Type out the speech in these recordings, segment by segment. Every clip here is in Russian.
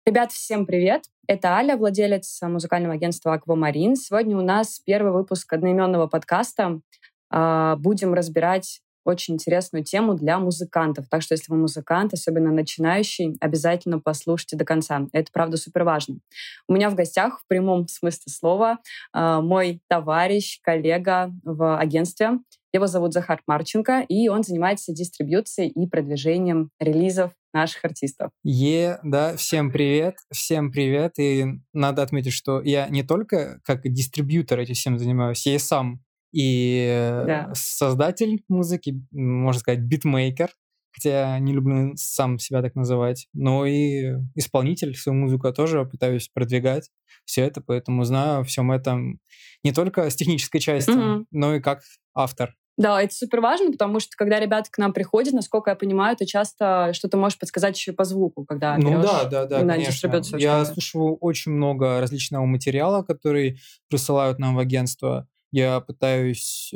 Ребят, всем привет! Это Аля, владелец музыкального агентства Аквамарин. Сегодня у нас первый выпуск одноименного подкаста. Будем разбирать очень интересную тему для музыкантов. Так что, если вы музыкант, особенно начинающий, обязательно послушайте до конца. Это, правда, супер важно. У меня в гостях, в прямом смысле слова, мой товарищ, коллега в агентстве. Его зовут Захар Марченко, и он занимается дистрибьюцией и продвижением релизов наших артистов. Да, всем привет. И надо отметить, что я не только как дистрибьютор этим всем занимаюсь, я и сам создатель музыки, можно сказать, битмейкер, хотя я не люблю сам себя так называть, но и исполнитель, свою музыку я тоже пытаюсь продвигать, все это, поэтому знаю о всем этом не только с технической части, но и как автор. Да, это супер важно, потому что когда ребята к нам приходят, насколько я понимаю, ты часто что-то можешь подсказать еще по звуку, когда берешь да, на конечно. дистрибьюцию. Я слушаю очень много различного материала, который присылают нам в агентство. Я пытаюсь,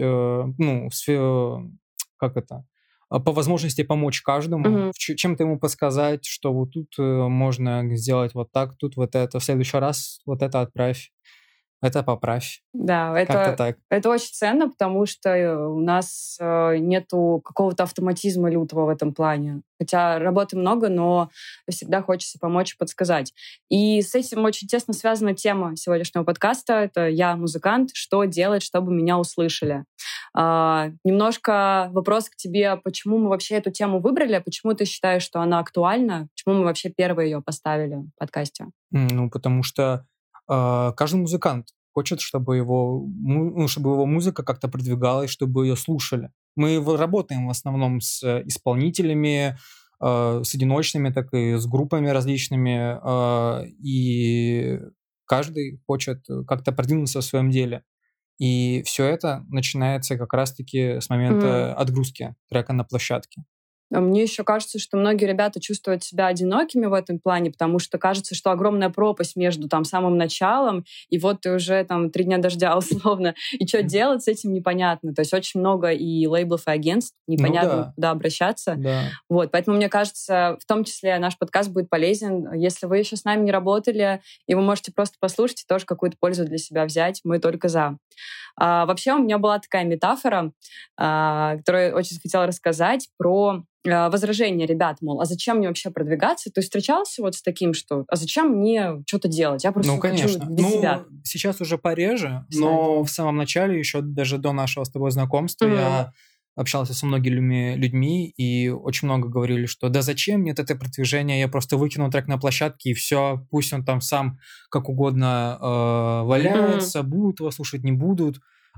по возможности помочь каждому, чем-то ему подсказать, что вот тут можно сделать вот так, тут вот это, в следующий раз вот это отправь. Это поправь. Да, Как-то так. Это очень ценно, потому что у нас нету какого-то автоматизма лютого в этом плане. Хотя работы много, но всегда хочется помочь и подсказать. И с этим очень тесно связана тема сегодняшнего подкаста. Это «Я музыкант. Что делать, чтобы меня услышали?» Немножко вопрос к тебе. Почему мы вообще эту тему выбрали? Почему ты считаешь, что она актуальна? Почему мы вообще первые ее поставили в подкасте? Потому что каждый музыкант хочет, чтобы его музыка как-то продвигалась, чтобы ее слушали. Мы работаем в основном с исполнителями, с одиночными, так и с группами различными, и каждый хочет как-то продвинуться в своем деле. И все это начинается как раз-таки с момента отгрузки трека на площадке. Мне еще кажется, что многие ребята чувствуют себя одинокими в этом плане, потому что кажется, что огромная пропасть между самым началом, и вот ты уже 3 дня дождя условно, и что делать с этим непонятно. То есть очень много и лейблов, и агентств, непонятно, куда обращаться. Да. Вот, поэтому, мне кажется, в том числе наш подкаст будет полезен. Если вы еще с нами не работали, и вы можете просто послушать и тоже какую-то пользу для себя взять, мы только за. Вообще у меня была такая метафора, которую я очень хотела рассказать, про возражение ребят, мол, а зачем мне вообще продвигаться? Ты встречался вот с таким, что а зачем мне что-то делать? Я просто хочу для себя. Сейчас уже пореже, но в самом начале, еще даже до нашего с тобой знакомства, я общался со многими людьми, и очень много говорили, что да зачем мне это продвижение, я просто выкину трек на площадке, и все, пусть он там сам как угодно валяется, будут его слушать, не будут.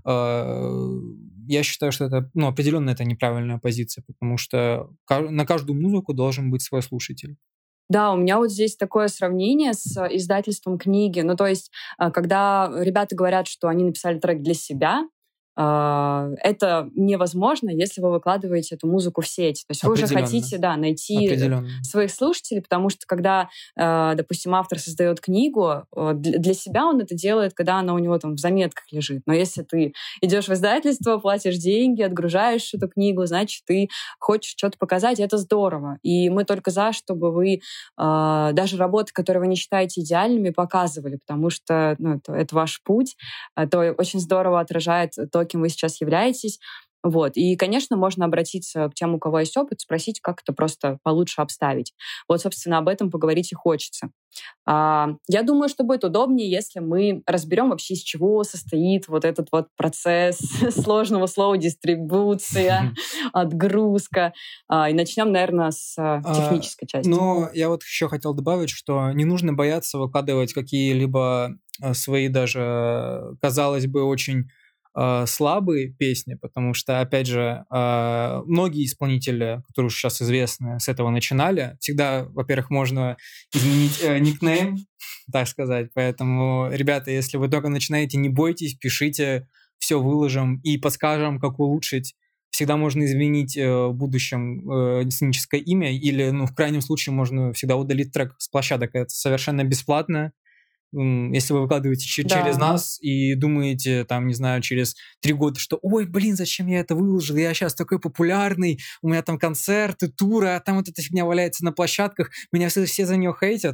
Я считаю, что это, определенно это неправильная позиция, потому что на каждую музыку должен быть свой слушатель. Да, у меня вот здесь такое сравнение с издательством книги. То есть, когда ребята говорят, что они написали трек для себя, это невозможно, если вы выкладываете эту музыку в сеть. То есть вы уже хотите найти своих слушателей, потому что когда, допустим, автор создает книгу, для себя он это делает, когда она у него в заметках лежит. Но если ты идешь в издательство, платишь деньги, отгружаешь эту книгу, значит, ты хочешь что-то показать, это здорово. И мы только за, чтобы вы даже работы, которые вы не считаете идеальными, показывали, потому что это ваш путь. Это очень здорово отражает то, кем вы сейчас являетесь. Вот. И, конечно, можно обратиться к тем, у кого есть опыт, спросить, как это просто получше обставить. Вот, собственно, об этом поговорить и хочется. Я думаю, что будет удобнее, если мы разберем вообще, из чего состоит вот этот вот процесс сложного слова дистрибуция, отгрузка. И начнем, наверное, с технической части. Но я вот еще хотел добавить, что не нужно бояться выкладывать какие-либо свои даже, казалось бы, очень слабые песни, потому что, опять же, многие исполнители, которые уже сейчас известны, с этого начинали. Всегда, во-первых, можно изменить никнейм, так сказать. Поэтому, ребята, если вы только начинаете, не бойтесь, пишите, все выложим и подскажем, как улучшить. Всегда можно изменить в будущем сценическое имя или, в крайнем случае, можно всегда удалить трек с площадок. Это совершенно бесплатно. Если вы выкладываете через нас и думаете, через 3 года, что ой, зачем я это выложил, я сейчас такой популярный, у меня там концерты, туры, а там вот эта фигня валяется на площадках, меня все за нее хейтят.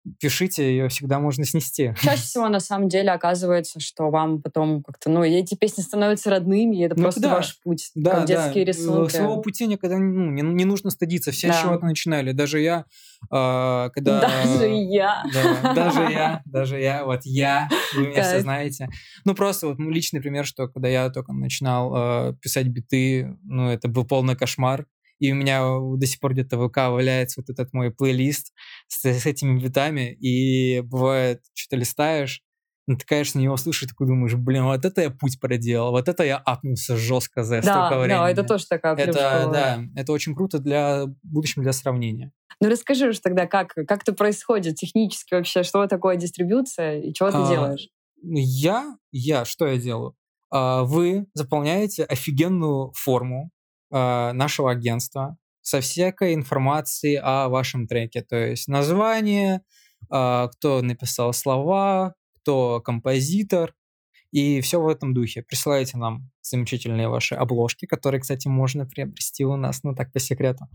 пишите, ее всегда можно снести. Чаще всего, на самом деле, оказывается, что вам потом как-то, эти песни становятся родными, и это просто ваш путь, как детские рисунки. Своего пути никогда не нужно стыдиться. Все с чего-то начинали. Даже я, когда... Даже я. Да, даже я, вот я, вы меня все знаете. Просто вот личный пример, что когда я только начинал писать биты, это был полный кошмар. И у меня до сих пор где-то в ВК валяется вот этот мой плейлист с этими битами. И бывает, что-то листаешь, натыкаешься на него, слушаешь, такой думаешь, вот это я путь проделал, вот это я апнулся жестко за столько времени. Да, это тоже такая плюшка. Да, это очень круто в будущем для сравнения. Расскажи же тогда, как это происходит технически вообще, что такое дистрибьюция и чего ты делаешь? Что я делаю? Вы заполняете офигенную форму нашего агентства со всякой информацией о вашем треке, то есть название, кто написал слова, кто композитор, и все в этом духе. Присылайте нам замечательные ваши обложки, которые, кстати, можно приобрести у нас, так по секрету,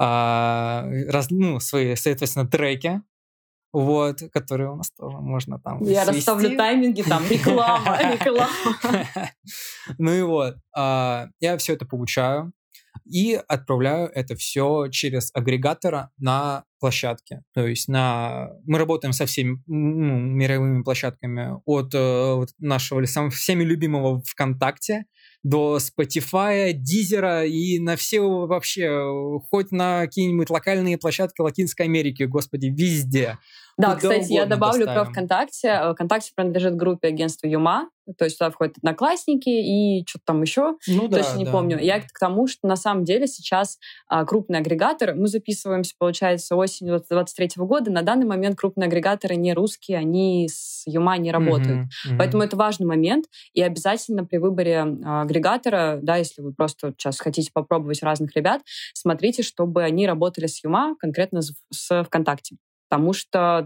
свои, соответственно, треки, которые у нас тоже можно там Я свести. расставлю тайминги, там реклама. Я все это получаю и отправляю это все через агрегатора на площадке. То есть мы работаем со всеми мировыми площадками от нашего всеми любимого ВКонтакте до Spotify, Дизера и на все вообще, хоть на какие-нибудь локальные площадки Латинской Америки, господи, везде. Да, кстати, я добавлю про ВКонтакте. ВКонтакте принадлежит группе агентства Юма, то есть туда входят Одноклассники и что-то там еще, точно не помню. Я к тому, что на самом деле сейчас крупный агрегатор, мы записываемся, получается, осенью 2023 года, на данный момент крупные агрегаторы не русские, они с Юма не работают. Поэтому это важный момент, и обязательно при выборе агрегатора, да, если вы просто сейчас хотите попробовать разных ребят, смотрите, чтобы они работали с Юма, конкретно с ВКонтакте. Потому что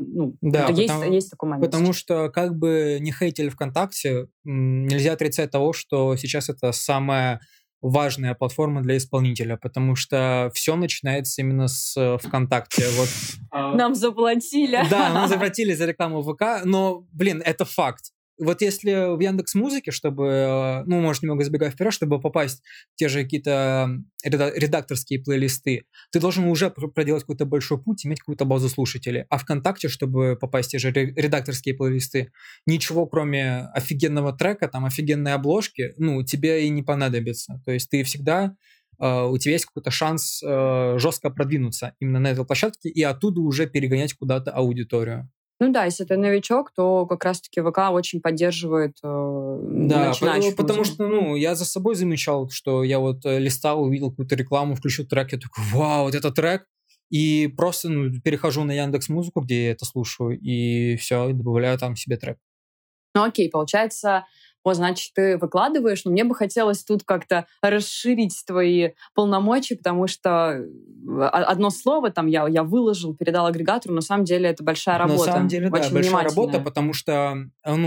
есть такой момент. Потому что, как бы не хейтили ВКонтакте, нельзя отрицать того, что сейчас это самая важная платформа для исполнителя, потому что все начинается именно с ВКонтакте. Нам заплатили. Да, нам заплатили за рекламу ВК, но, это факт. Если в Яндекс.Музыке, чтобы, может, немного забегая вперед, чтобы попасть в те же какие-то редакторские плейлисты, ты должен уже проделать какой-то большой путь, иметь какую-то базу слушателей. А ВКонтакте, чтобы попасть в те же редакторские плейлисты, ничего, кроме офигенного трека, там, офигенной обложки, тебе и не понадобится. То есть ты всегда у тебя есть какой-то шанс жестко продвинуться именно на этой площадке и оттуда уже перегонять куда-то аудиторию. Если ты новичок, то как раз-таки ВК очень поддерживает начинающих. Потому что, я за собой замечал, что я листал, увидел какую-то рекламу, включил трек, я такой, вау, вот это трек, и просто перехожу на Яндекс.Музыку, где я это слушаю, и все, добавляю там себе трек. Окей, получается, значит, ты выкладываешь, но мне бы хотелось тут как-то расширить твои полномочия, потому что одно слово там я выложил, передал агрегатору, на самом деле это большая работа. На самом деле, очень большая работа, потому что,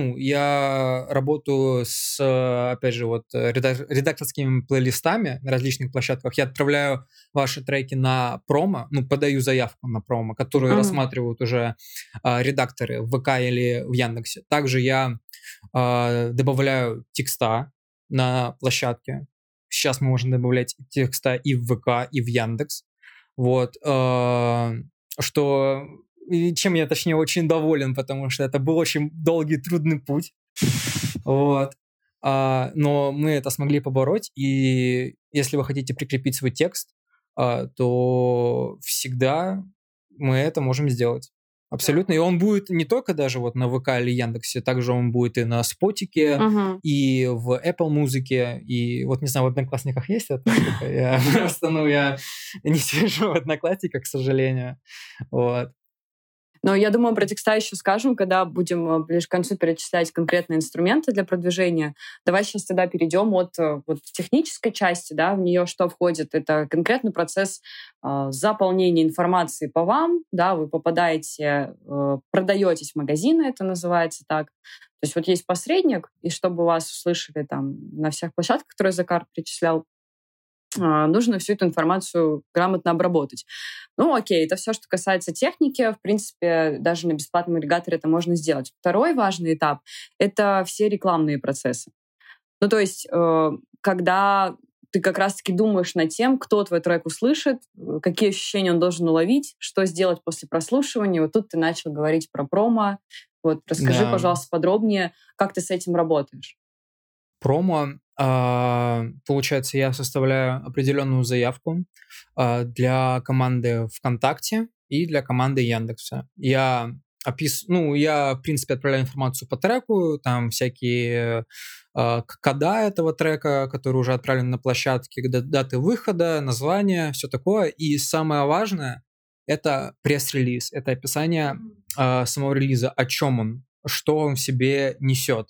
я работаю с, опять же, редакторскими плейлистами на различных площадках. Я отправляю ваши треки на промо, подаю заявку на промо, которую рассматривают уже редакторы в ВК или в Яндексе. Также я добавляю текста на площадке. Сейчас мы можем добавлять текста и в ВК, и в Яндекс. Чем я, точнее, очень доволен, потому что это был очень долгий, трудный путь. Но мы это смогли побороть, и если вы хотите прикрепить свой текст, то всегда мы это можем сделать. Абсолютно. И он будет не только даже на ВК или Яндексе, также он будет и на Спотике, и в Apple музыке, и не знаю, в Одноклассниках есть это? Я просто, я не сижу в Одноклассниках, к сожалению. Но я думаю, про текста еще скажем, когда будем ближе к концу перечислять конкретные инструменты для продвижения. Давай сейчас тогда перейдем от технической части, да, в нее что входит. Это конкретный процесс заполнения информации по вам, да, вы попадаете, продаетесь в магазины, это называется так. То есть есть посредник, и чтобы вас услышали там на всех площадках, которые Захар перечислял, нужно всю эту информацию грамотно обработать. Ну, окей, это все, что касается техники. В принципе, даже на бесплатном агрегаторе это можно сделать. Второй важный этап — это все рекламные процессы. Ну, то есть, когда ты как раз-таки думаешь над тем, кто твой трек услышит, какие ощущения он должен уловить, что сделать после прослушивания. Вот тут ты начал говорить про промо. Вот расскажи, Да. пожалуйста, подробнее, как ты с этим работаешь. Промо, получается, я составляю определенную заявку для команды ВКонтакте и для команды Яндекса. Я, в принципе, отправляю информацию по треку, там всякие кода этого трека, которые уже отправлены на площадке, даты выхода, название, все такое. И самое важное — это пресс-релиз, это описание самого релиза, о чем он, что он в себе несет.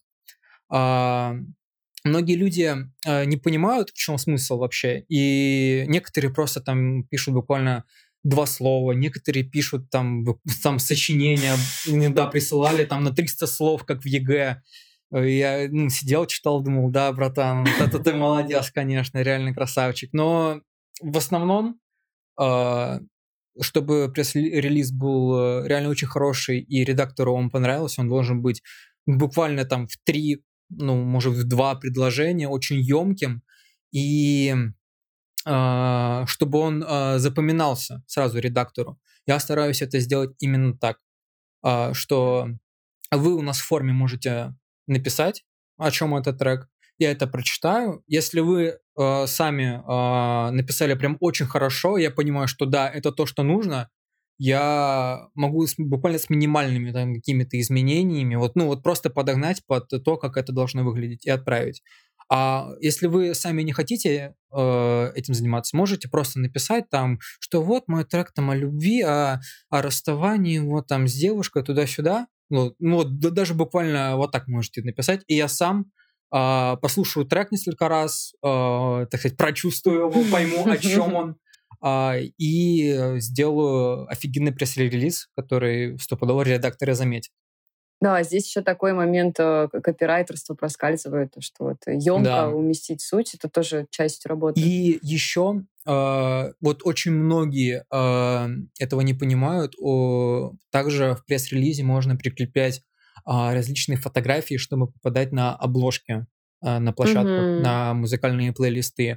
Многие люди не понимают, в чем смысл вообще, и некоторые просто там пишут буквально 2 слова, некоторые пишут там сочинения, иногда присылали там на 300 слов, как в ЕГЭ. Я сидел, читал, думал, да, братан, вот это ты молодец, конечно, реально красавчик. Но в основном, чтобы пресс-релиз был реально очень хороший и редактору он понравился, он должен быть буквально там в 3, может, в 2 предложения, очень ёмким, и чтобы он запоминался сразу редактору. Я стараюсь это сделать именно так, что вы у нас в форме можете написать, о чем этот трек, я это прочитаю. Если вы сами написали прям очень хорошо, я понимаю, что да, это то, что нужно, я могу буквально с минимальными там какими-то изменениями вот просто подогнать под то, как это должно выглядеть, и отправить. А если вы сами не хотите этим заниматься, можете просто написать там, что вот мой трек там о любви, о расставании, вот там с девушкой туда-сюда. Даже буквально вот так можете написать, и я сам послушаю трек несколько раз, так сказать, прочувствую его, пойму, о чем он, и сделаю офигенный пресс-релиз, который стопудово редакторы заметят. Да, здесь еще такой момент копирайтерства проскальзывает, что вот емко Да. уместить суть — это тоже часть работы. И еще вот очень многие этого не понимают. Также в пресс-релизе можно прикреплять различные фотографии, чтобы попадать на обложки на площадках, Мгм. на музыкальные плейлисты.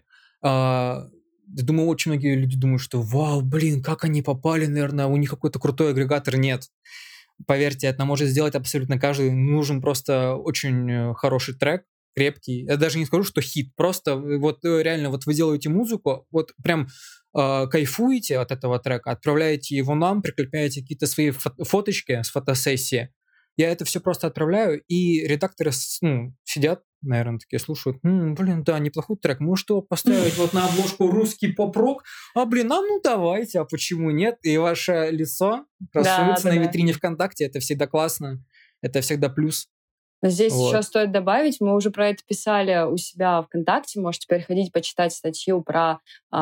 Думаю, очень многие люди думают, что вау, блин, как они попали, наверное, у них какой-то крутой агрегатор. Нет. Поверьте, это может сделать абсолютно каждый. Нужен просто очень хороший трек, крепкий. Я даже не скажу, что хит. Просто реально вот вы делаете музыку, вот прям кайфуете от этого трека, отправляете его нам, прикрепляете какие-то свои фоточки с фотосессии. Я это все просто отправляю, и редакторы сидят, наверное, такие слушают. Блин, да, неплохой трек. Может его поставить вот на обложку русский поп-рок? Давайте, а почему нет? И ваше лицо красуется на Да. витрине ВКонтакте. Это всегда классно. Это всегда плюс. Но здесь еще Вот. стоит добавить, мы уже про это писали у себя ВКонтакте, можете переходить, почитать статью про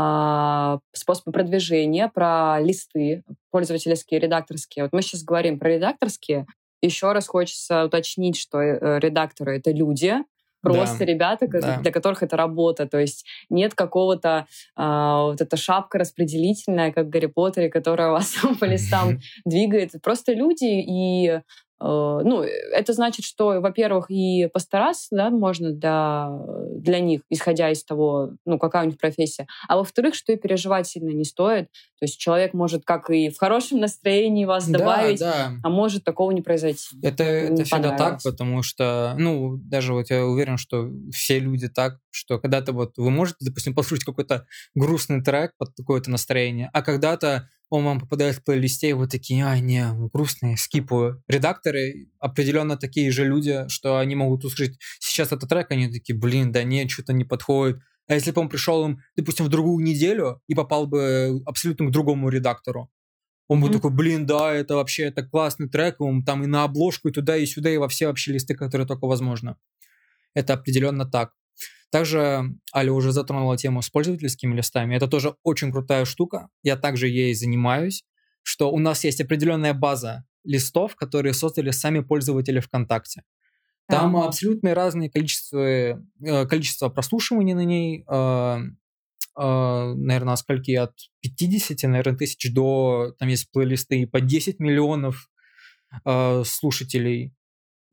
способы продвижения, про листы пользовательские, редакторские. Вот мы сейчас говорим про редакторские. Еще раз хочется уточнить, что редакторы — это люди, Да. просто ребята, Да. для которых это работа. То есть нет какого-то вот эта шапка распределительная, как в Гарри Поттере, которая вас по листам двигает. Просто люди, и это значит, что, во-первых, и постараться, да, можно для них, исходя из того, какая у них профессия. А во-вторых, что и переживать сильно не стоит. То есть человек может как и в хорошем настроении вас добавить, Да. а может такого не произойти. Это всегда так, потому что, даже вот я уверен, что все люди так, что когда-то вот вы можете, допустим, послушать какой-то грустный трек под какое-то настроение, а когда-то он вам попадает в плейлисте, и вы такие, не, грустный, скипаю. Редакторы определенно такие же люди, что они могут услышать сейчас этот трек, они такие, блин, да нет, что-то не подходит. А если бы он пришел им, допустим, в другую неделю и попал бы абсолютно к другому редактору, он будет такой, блин, да, это классный трек, он там и на обложку, и туда, и сюда, и во все вообще листы, которые только возможно. Это определенно так. Также Аля уже затронула тему с пользовательскими листами. Это тоже очень крутая штука. Я также ей занимаюсь, что у нас есть определенная база листов, которые создали сами пользователи ВКонтакте. Там абсолютно разные количество прослушиваний на ней, наверное, скольки, от 50, наверное, тысяч до, там есть плейлисты по 10 миллионов слушателей.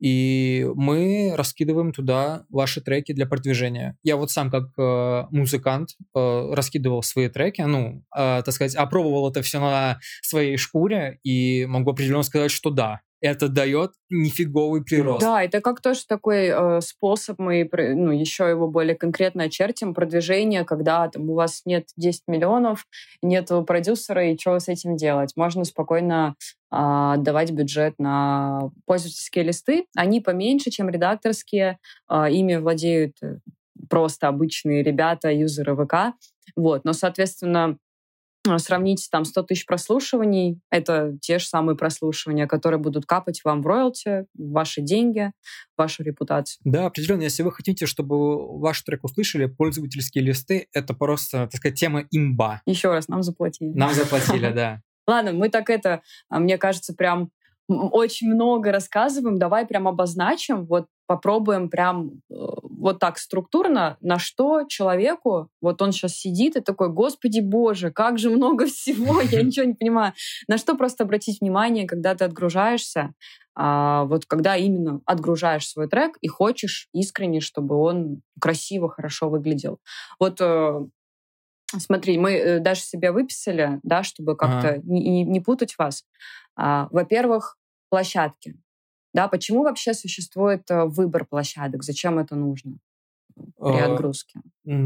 И мы раскидываем туда ваши треки для продвижения. Я вот сам как музыкант раскидывал свои треки, так сказать, опробовал это все на своей шкуре, и могу определенно сказать, что да, это дает нифиговый прирост. Да, это как тоже такой способ, мы еще его более конкретно очертим, продвижение, когда там у вас нет 10 миллионов, нет продюсера, и что с этим делать? Можно спокойно отдавать бюджет на пользовательские листы. Они поменьше, чем редакторские, ими владеют просто обычные ребята, юзеры ВК. Вот. Но, соответственно, сравните там 100 тысяч прослушиваний, это те же самые прослушивания, которые будут капать вам в роялти, в ваши деньги, в вашу репутацию. Да, определенно. Если вы хотите, чтобы ваш трек услышали, пользовательские листы — это просто, так сказать, тема имба. Еще раз, нам заплатили. Нам заплатили, да. Ладно, мы так мне кажется, прям очень много рассказываем. Давай прям обозначим, вот попробуем прям вот так структурно, на что человеку, вот он сейчас сидит и такой: Господи Боже, как же много всего, я ничего не понимаю. На что просто обратить внимание, когда ты отгружаешься, вот когда именно отгружаешь свой трек и хочешь искренне, чтобы он красиво, хорошо выглядел. Вот смотри, мы даже себе выписали, да, чтобы как-то не путать вас. Во-первых, площадки. Да, почему вообще существует выбор площадок? Зачем это нужно при отгрузке?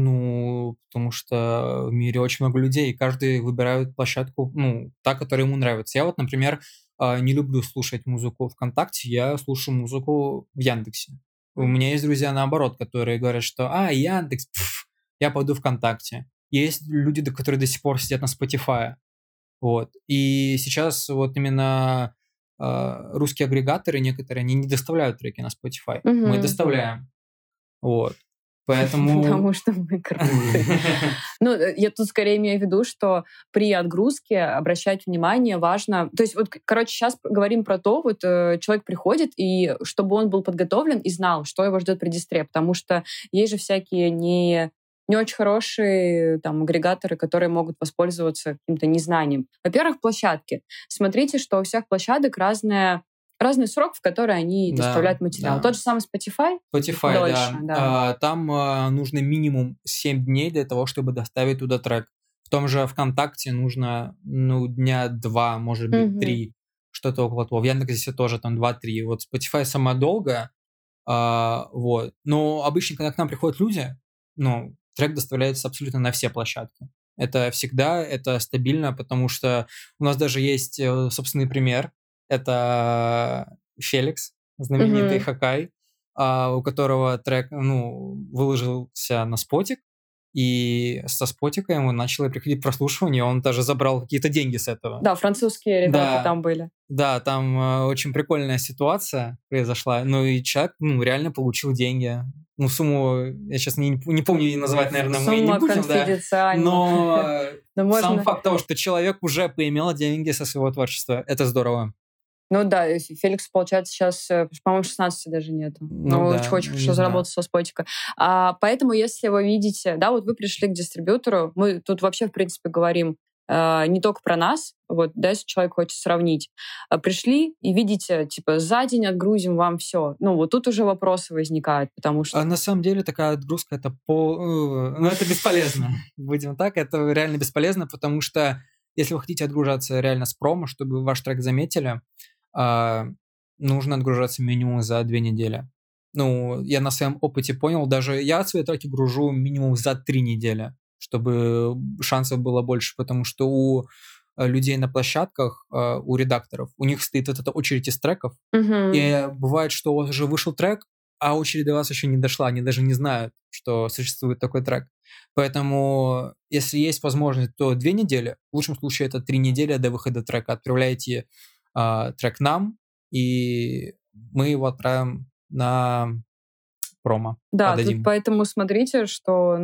Потому что в мире очень много людей, и каждый выбирает площадку, та, которая ему нравится. Я вот, например, не люблю слушать музыку ВКонтакте, я слушаю музыку в Яндексе. У меня есть друзья наоборот, которые говорят, что Яндекс, я пойду ВКонтакте. Есть люди, которые до сих пор сидят на Spotify. Вот. И сейчас вот именно русские агрегаторы некоторые, они не доставляют треки на Spotify. Мы доставляем. Вот. Поэтому... Потому что мы крутые. Я тут скорее имею в виду, что при отгрузке обращать внимание важно. То есть, сейчас говорим про то, человек приходит, и чтобы он был подготовлен и знал, что его ждет при дистре, потому что есть же всякие не очень хорошие там агрегаторы, которые могут воспользоваться каким-то незнанием. Во-первых, площадки. Смотрите, что у всех площадок разный срок, в который они доставляют материал. Тот же самый Spotify. Spotify, дольше, да. Там нужно минимум 7 дней для того, чтобы доставить туда трек. В том же ВКонтакте нужно дня 2, может быть, 3, что-то около того. В Яндексе тоже там 2-3. Вот Spotify самое долгое. Вот. Но обычно, когда к нам приходят люди, трек доставляется абсолютно на все площадки. Это всегда, это стабильно, потому что у нас даже есть собственный пример. Это Феликс, знаменитый Хакай, у которого трек выложился на Спотик, и со Спотика ему начало приходить прослушивание, он даже забрал какие-то деньги с этого. Да, французские ребята там были. Да, там очень прикольная ситуация произошла, и человек реально получил деньги. Сумму я сейчас не помню ее называть, наверное, мы не будем, да. Но сам факт того, что человек уже поимел деньги со своего творчества, это здорово. Феликс, получается, сейчас, по-моему, 16 даже нету. Очень хорошо заработал со Спотика. Поэтому, если вы видите, вы пришли к дистрибьютору, мы тут вообще, в принципе, говорим не только про нас, если человек хочет сравнить. Пришли и видите, за день отгрузим вам все. Тут уже вопросы возникают, потому что... На самом деле такая отгрузка, это это бесполезно. Будем так, это реально бесполезно, потому что если вы хотите отгружаться реально с промо, чтобы ваш трек заметили, нужно отгружаться минимум за 2 недели. Я на своем опыте понял, даже я свои треки гружу минимум за 3 недели, чтобы шансов было больше, потому что у людей на площадках, у редакторов, у них стоит эта очередь из треков, и бывает, что у вас уже вышел трек, а очередь до вас еще не дошла, они даже не знают, что существует такой трек. Поэтому, если есть возможность, то 2 недели, в лучшем случае это 3 недели до выхода трека. Отправляйте трек нам, и мы его отправим на промо. Да, тут поэтому смотрите, что,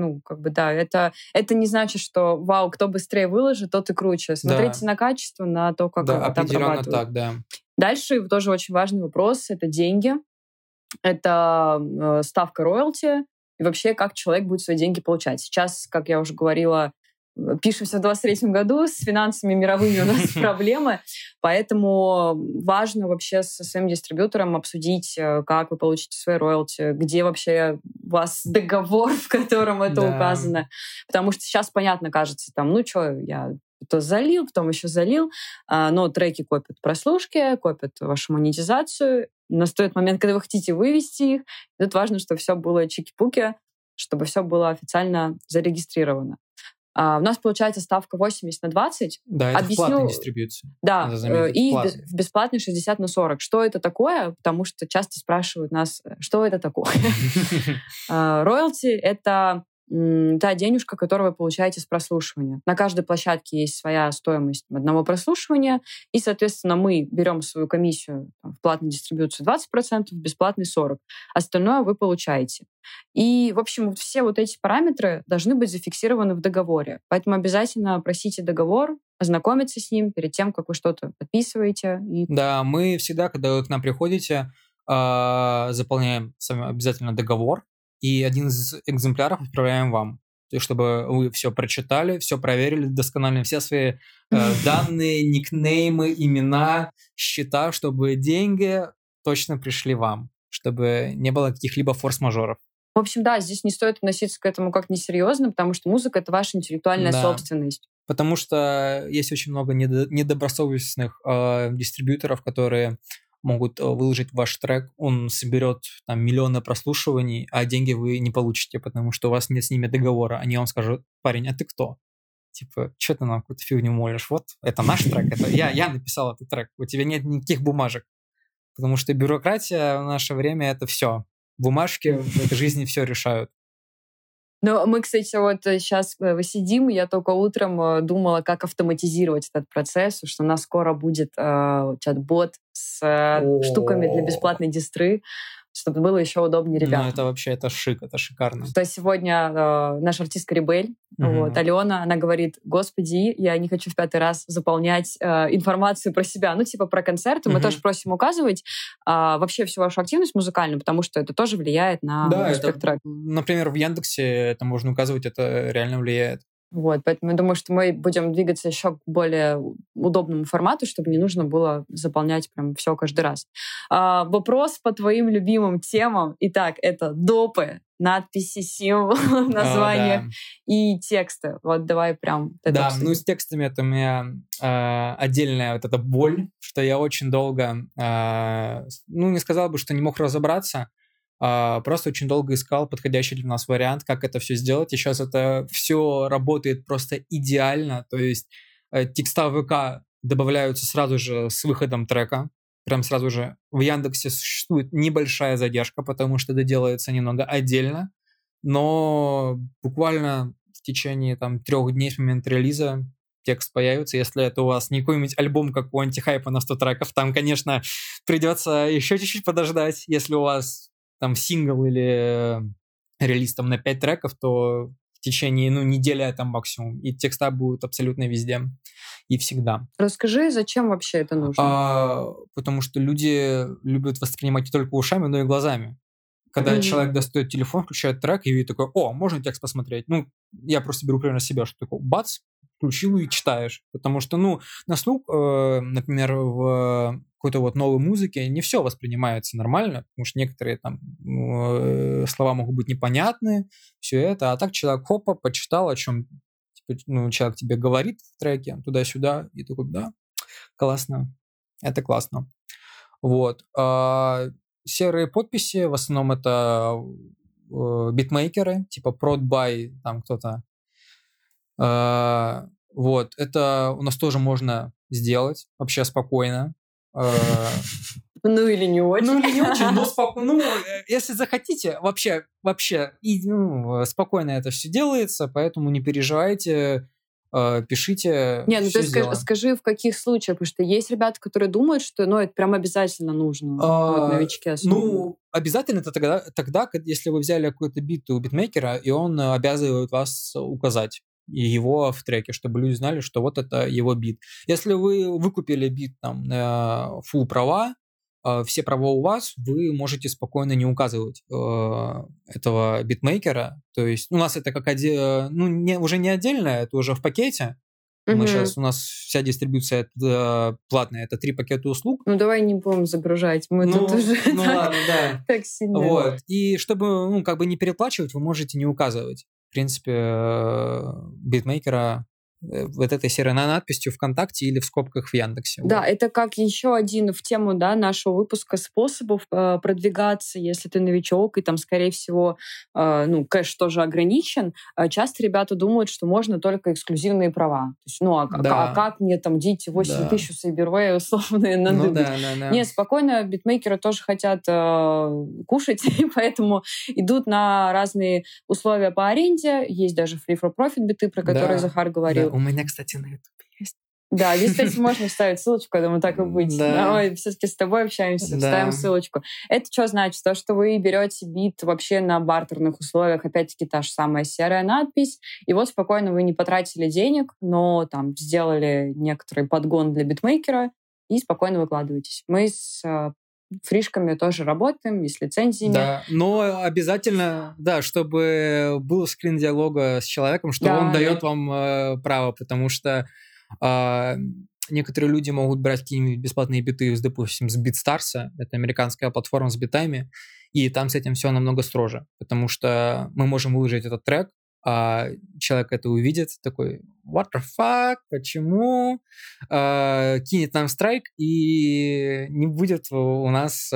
это не значит, что, вау, кто быстрее выложит, тот и круче. Смотрите на качество, на то, как это обрабатывают. Так, да. Дальше тоже очень важный вопрос — это деньги. Это ставка роялти, и вообще, как человек будет свои деньги получать. Сейчас, как я уже говорила, пишемся в 23-м году, с финансами мировыми у нас проблемы, поэтому важно вообще со своим дистрибьютором обсудить, как вы получите свои роялти, где вообще у вас договор, в котором это указано. Потому что сейчас, понятно, кажется, там, ну что, я то залил, потом еще залил, но треки копят прослушки, копят вашу монетизацию. Настает момент, когда вы хотите вывести их. И тут важно, чтобы все было чики-пуки, чтобы все было официально зарегистрировано. У нас получается ставка 80/20. Да, это в платной дистрибьюции. Да, и в бесплатной 60/40. Что это такое? Потому что часто спрашивают нас, что это такое? Роялти — это та денежка, которую вы получаете с прослушивания. На каждой площадке есть своя стоимость одного прослушивания, и, соответственно, мы берем свою комиссию в платной дистрибьюции 20%, в бесплатной 40%. Остальное вы получаете. И, в общем, все вот эти параметры должны быть зафиксированы в договоре. Поэтому обязательно просите договор, ознакомиться с ним перед тем, как вы что-то подписываете. Да, мы всегда, когда вы к нам приходите, заполняем с вами обязательно договор, и один из экземпляров отправляем вам. То есть, чтобы вы все прочитали, все проверили досконально, все свои данные, никнеймы, имена, счета, чтобы деньги точно пришли вам, чтобы не было каких-либо форс-мажоров. В общем, да, здесь не стоит относиться к этому как несерьезно, потому что музыка — это ваша интеллектуальная собственность. Потому что есть очень много недобросовестных дистрибьюторов, которые могут выложить ваш трек, он соберет там миллионы прослушиваний, а деньги вы не получите, потому что у вас нет с ними договора. Они вам скажут: парень, а ты кто? Типа, что ты нам какую-то фигню молишь? Вот, это наш трек, это я написал этот трек, у тебя нет никаких бумажек. Потому что бюрократия в наше время — это все. Бумажки в этой жизни все решают. Ну, мы, кстати, вот сейчас сидим, и я только утром думала, как автоматизировать этот процесс, что у нас скоро будет чат-бот с штуками для бесплатной дистры, чтобы было еще удобнее ребятам. Ну, это вообще, это шик, это шикарно. То есть сегодня наша артистка Ребель, вот, Алена, она говорит: господи, я не хочу в 5-й раз заполнять информацию про себя. Ну, типа про концерты. Мы тоже просим указывать вообще всю вашу активность музыкальную, потому что это тоже влияет на успех трека. Например, в Яндексе это можно указывать, это реально влияет. Вот, поэтому я думаю, что мы будем двигаться еще к более удобному формату, чтобы не нужно было заполнять прям все каждый раз. Вопрос по твоим любимым темам. Итак, это допы, надписи, символы, названия и тексты. Вот давай прям... Да, ну с текстами это у меня отдельная вот эта боль, что я очень долго, не сказал бы, что не мог разобраться, просто очень долго искал подходящий для нас вариант, как это все сделать. И сейчас это все работает просто идеально. То есть текста ВК добавляются сразу же с выходом трека. Прям сразу же. В Яндексе существует небольшая задержка, потому что это делается немного отдельно. Но буквально в течение 3 дней с момента релиза текст появится. Если это у вас не какой-нибудь альбом, как у Антихайпа на 100 треков, там, конечно, придется еще чуть-чуть подождать. Если у вас там сингл или релиз на 5 треков, то в течение недели там максимум. И текста будут абсолютно везде и всегда. Расскажи, зачем вообще это нужно? Потому что люди любят воспринимать не только ушами, но и глазами. Когда человек достает телефон, включает трек и видит такой: о, можно текст посмотреть? Я просто беру пример себя, что такое: бац, включил и читаешь. Потому что, на слух, например, в какой-то новой музыке не все воспринимается нормально, потому что некоторые слова могут быть непонятны, все это. А так человек хопа, почитал, о чем человек тебе говорит в треке, туда-сюда, и такой: да, классно, это классно. Вот. Серые подписи, в основном это битмейкеры, типа Prod by, там кто-то. Вот, это у нас тоже можно сделать вообще спокойно. Или не очень. Или не очень, но спокойно. Если захотите, вообще спокойно это все делается, поэтому не переживайте, пишите. Ты скажи, в каких случаях, потому что есть ребята, которые думают, что это прям обязательно нужно, новички особенно. Обязательно это тогда, если вы взяли какой-то бит у битмейкера, и он обязывает вас указать его в треке, чтобы люди знали, что вот это его бит. Если вы выкупили бит на full права, все права у вас, вы можете спокойно не указывать этого битмейкера. То есть у нас это как уже не отдельно, это уже в пакете. Мы сейчас, у нас вся дистрибьюция платная, это 3 пакета услуг. Ну, давай не будем загружать, мы тут уже ладно, да. так сильно. Вот. И чтобы, не переплачивать, вы можете не указывать. В принципе, битмейкера вот этой серой надписью ВКонтакте или в скобках в Яндексе. Да, это как еще один в тему нашего выпуска способов продвигаться, если ты новичок, и там, скорее всего, кэш тоже ограничен. Часто ребята думают, что можно только эксклюзивные права. То есть, как мне там дети 8 тысяч CyberWay условные надыбить? Не, спокойно, битмейкеры тоже хотят кушать, и поэтому идут на разные условия по аренде. Есть даже free-for-profit биты, про которые Захар говорил. У меня, кстати, на YouTube есть. Да, здесь, кстати, можно вставить ссылочку, я думаю, так и быть. Ой, все-таки с тобой общаемся, вставим ссылочку. Это что значит? То, что вы берете бит вообще на бартерных условиях, опять-таки та же самая серая надпись, и вот спокойно вы не потратили денег, но там сделали некоторый подгон для битмейкера и спокойно выкладываетесь. Мы с фришками тоже работаем, и с лицензиями. Да, но обязательно, чтобы был скрин диалога с человеком, что он дает вам право, потому что некоторые люди могут брать какие-нибудь бесплатные биты, допустим, с BeatStars, это американская платформа с битами, и там с этим все намного строже, потому что мы можем выложить этот трек, а человек это увидит, такой, what the fuck, почему? Кинет нам страйк, и не будет у нас,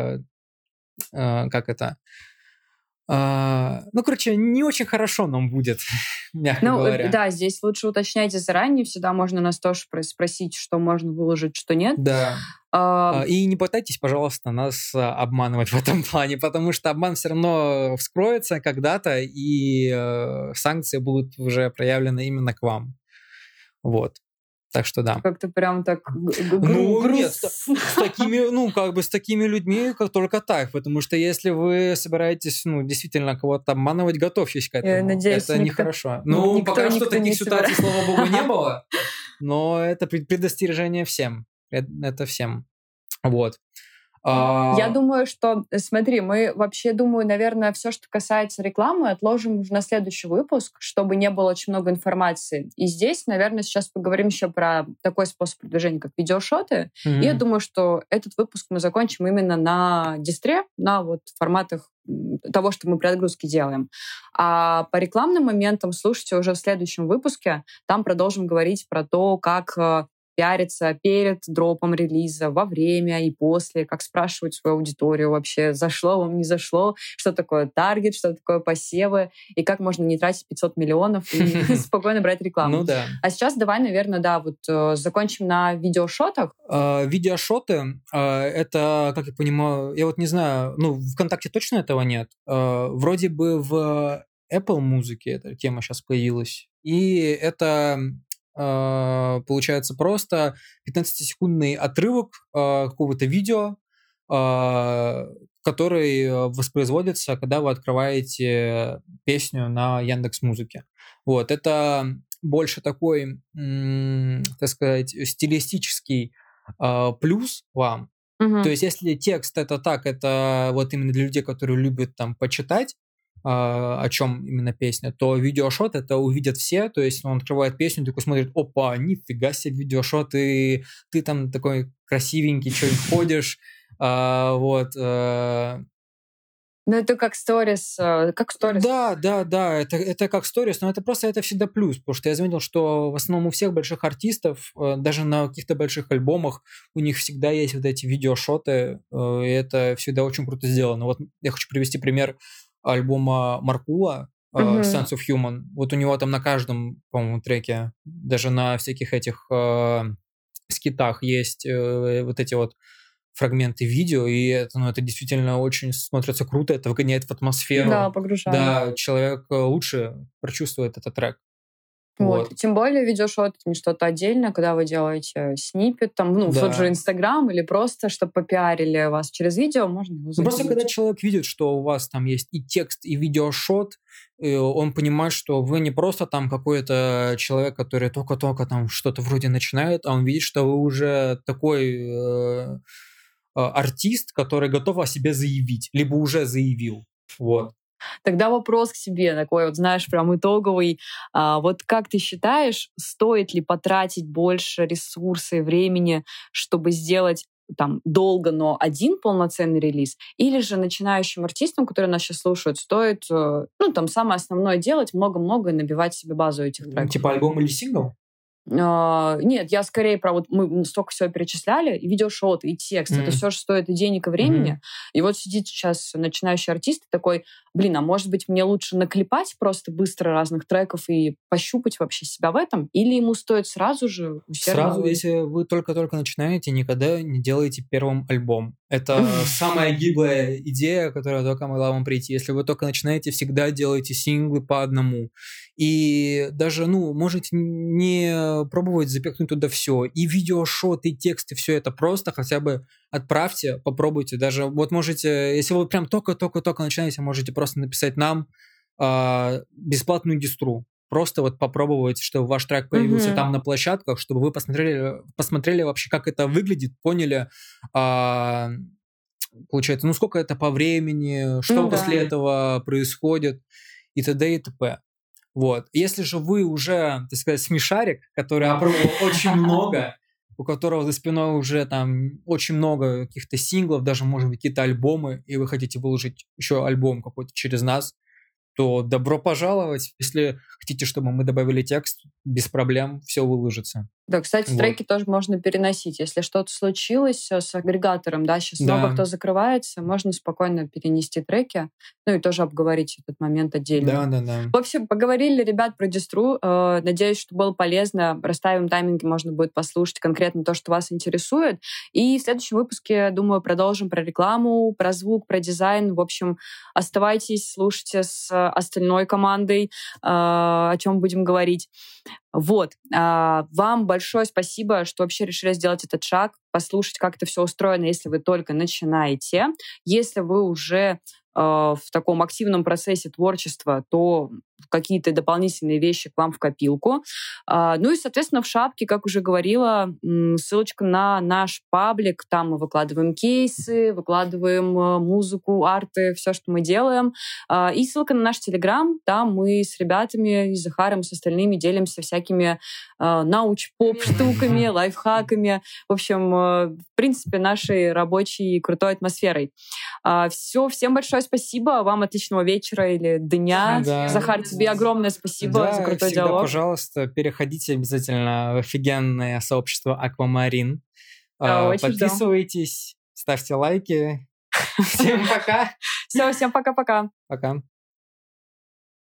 не очень хорошо нам будет, мягко говоря. Да, здесь лучше уточняйте заранее, всегда можно нас тоже спросить, что можно выложить, что нет. Да. И не пытайтесь, пожалуйста, нас обманывать в этом плане, потому что обман все равно вскроется когда-то, и санкции будут уже проявлены именно к вам. Вот. Так что да. Как-то прям так нет, с такими людьми только так, потому что если вы собираетесь, действительно кого-то обманывать, готовьтесь к этому. Я надеюсь, это нехорошо. Пока что таких ситуаций, слава богу, не было, но это предостережение всем. Это всем. Вот. Я думаю, что, смотри, мы вообще, наверное, все, что касается рекламы, отложим уже на следующий выпуск, чтобы не было очень много информации. И здесь, наверное, сейчас поговорим еще про такой способ продвижения, как видеошоты. И я думаю, что этот выпуск мы закончим именно на дистре, на форматах того, что мы при отгрузке делаем. А по рекламным моментам слушайте уже в следующем выпуске. Там продолжим говорить про то, как пиариться перед дропом релиза, во время и после, как спрашивать свою аудиторию вообще, зашло вам, не зашло, что такое таргет, что такое посевы, и как можно не тратить 500 миллионов и спокойно брать рекламу. А сейчас давай, наверное, закончим на видеошотах. Видеошоты — это, как я понимаю, я не знаю, ВКонтакте точно этого нет. Вроде бы в Apple музыке эта тема сейчас появилась, и это... получается просто 15-секундный отрывок какого-то видео, который воспроизводится, когда вы открываете песню на Яндекс.Музыке. Вот, это больше такой, так сказать, стилистический плюс вам. То есть если текст это именно для людей, которые любят там почитать, о чем именно песня, то видеошот это увидят все, то есть он открывает песню, такой смотрит, опа, нифига себе видеошот, и ты там такой красивенький, что-нибудь ходишь, это как сторис. Да, это как сторис, но это всегда плюс, потому что я заметил, что в основном у всех больших артистов, даже на каких-то больших альбомах, у них всегда есть вот эти видеошоты, и это всегда очень круто сделано. Вот я хочу привести пример альбома Маркула, Sense of Human. Вот у него там на каждом, по-моему, треке, даже на всяких этих скитах есть вот эти вот фрагменты видео, и это действительно очень смотрится круто, это вгоняет в атмосферу. Да, погружает. Да, человек лучше прочувствует этот трек. Вот. Тем более видеошот — это не что-то отдельное, когда вы делаете сниппет, в тот же Инстаграм, или просто, чтобы попиарили вас через видео, можно его загрузить. Просто когда человек видит, что у вас там есть и текст, и видеошот, он понимает, что вы не просто там какой-то человек, который только-только там что-то вроде начинает, а он видит, что вы уже такой артист, который готов о себе заявить, либо уже заявил. Вот. Тогда вопрос к себе такой, вот знаешь, прям итоговый. Вот как ты считаешь, стоит ли потратить больше ресурсов и времени, чтобы сделать там долго, но один полноценный релиз, или же начинающим артистам, которые нас сейчас слушают, стоит, там самое основное делать, много-много и набивать себе базу этих треков? Типа альбом или сингл? Нет, я скорее про вот мы столько всего перечисляли, и видеошоты, и текст. Это все же стоит и денег, и времени. И вот сидит сейчас начинающий артист и такой, а может быть, мне лучше наклепать просто быстро разных треков и пощупать вообще себя в этом? Или ему стоит сразу же усердно... Сразу, если вы только-только начинаете, никогда не делайте первым альбом. Это самая гиблая идея, которая только могла вам прийти. Если вы только начинаете, всегда делайте синглы по одному. И даже, можете не пробовать запихнуть туда все. И видеошот, и текст, и все это просто хотя бы отправьте, попробуйте. Даже вот можете, если вы прям только-только начинаете, можете просто написать нам бесплатную дистру. Просто вот попробовать, чтобы ваш трек появился там на площадках, чтобы вы посмотрели вообще, как это выглядит, поняли, получается, сколько это по времени, что после этого происходит, и т.д. и т.п. Вот. Если же вы уже, так сказать, смешарик, который опробовал очень много, у которого за спиной уже там очень много каких-то синглов, даже, может быть, какие-то альбомы, и вы хотите выложить еще альбом какой-то через нас, то добро пожаловать. Если хотите, чтобы мы добавили текст, без проблем все выложится. Да, кстати, треки тоже можно переносить. Если что-то случилось с агрегатором, сейчас много кто закрывается, можно спокойно перенести треки, и тоже обговорить этот момент отдельно. Да. В общем, поговорили, ребят, про дистру. Надеюсь, что было полезно. Расставим тайминги, можно будет послушать конкретно то, что вас интересует. И в следующем выпуске, думаю, продолжим про рекламу, про звук, про дизайн. В общем, оставайтесь, слушайте с остальной командой, о чем будем говорить. Вот. Вам большое спасибо, что вообще решили сделать этот шаг, послушать, как это все устроено, если вы только начинаете. Если вы уже в таком активном процессе творчества, то какие-то дополнительные вещи к вам в копилку. И, соответственно, в шапке, как уже говорила, ссылочка на наш паблик. Там мы выкладываем кейсы, выкладываем музыку, арты, все, что мы делаем. И ссылка на наш Телеграм. Там мы с ребятами, и с Захаром, с остальными делимся всякими науч-поп-штуками, лайфхаками. В общем, в принципе, нашей рабочей крутой атмосферой. Все, всем большое спасибо. Вам отличного вечера или дня. Да. Захар, тебе огромное спасибо за крутой всегда, диалог. Пожалуйста, переходите обязательно в офигенное сообщество Аквамарин. Очень подписывайтесь, ставьте лайки. Всем пока. Все, всем пока-пока. Пока.